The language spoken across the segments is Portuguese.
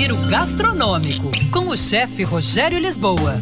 Giro Gastronômico, com o chefe Rogério Lisboa.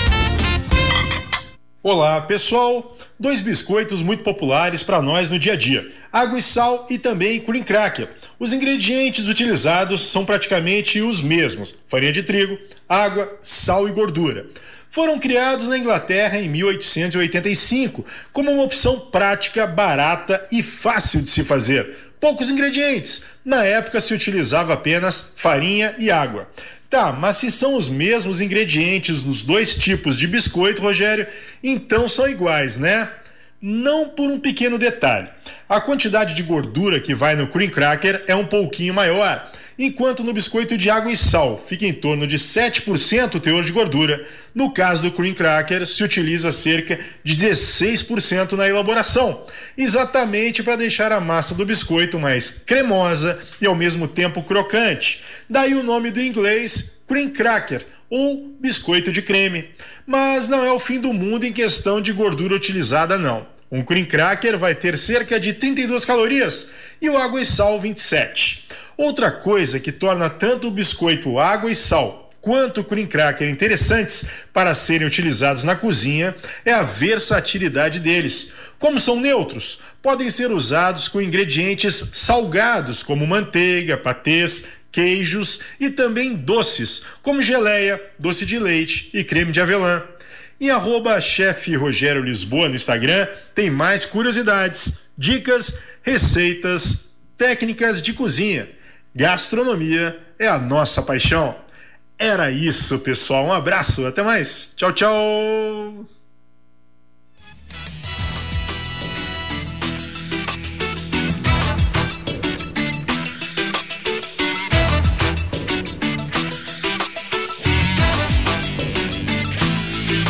Olá, pessoal! 2 biscoitos muito populares para nós no dia a dia: água e sal e também cream cracker. Os ingredientes utilizados são praticamente os mesmos: farinha de trigo, água, sal e gordura. Foram criados na Inglaterra em 1885 como uma opção prática, barata e fácil de se fazer. Poucos ingredientes. Na época se utilizava apenas farinha e água. Tá, mas se são os mesmos ingredientes nos 2 tipos de biscoito, Rogério, então são iguais, né? Não, por um pequeno detalhe. A quantidade de gordura que vai no cream cracker é um pouquinho maior, enquanto no biscoito de água e sal fica em torno de 7% o teor de gordura. No caso do cream cracker, se utiliza cerca de 16% na elaboração, exatamente para deixar a massa do biscoito mais cremosa e ao mesmo tempo crocante. Daí o nome do inglês cream cracker, ou biscoito de creme. Mas não é o fim do mundo em questão de gordura utilizada, não. Um cream cracker vai ter cerca de 32 calorias e o água e sal 27. Outra coisa que torna tanto o biscoito água e sal quanto o cream cracker interessantes para serem utilizados na cozinha é a versatilidade deles. Como são neutros, podem ser usados com ingredientes salgados como manteiga, patês, queijos e também doces, como geleia, doce de leite e creme de avelã. Em @chefe Rogério Lisboa no Instagram tem mais curiosidades, dicas, receitas, técnicas de cozinha. Gastronomia é a nossa paixão. Era isso, pessoal. Um abraço, até mais. Tchau, tchau.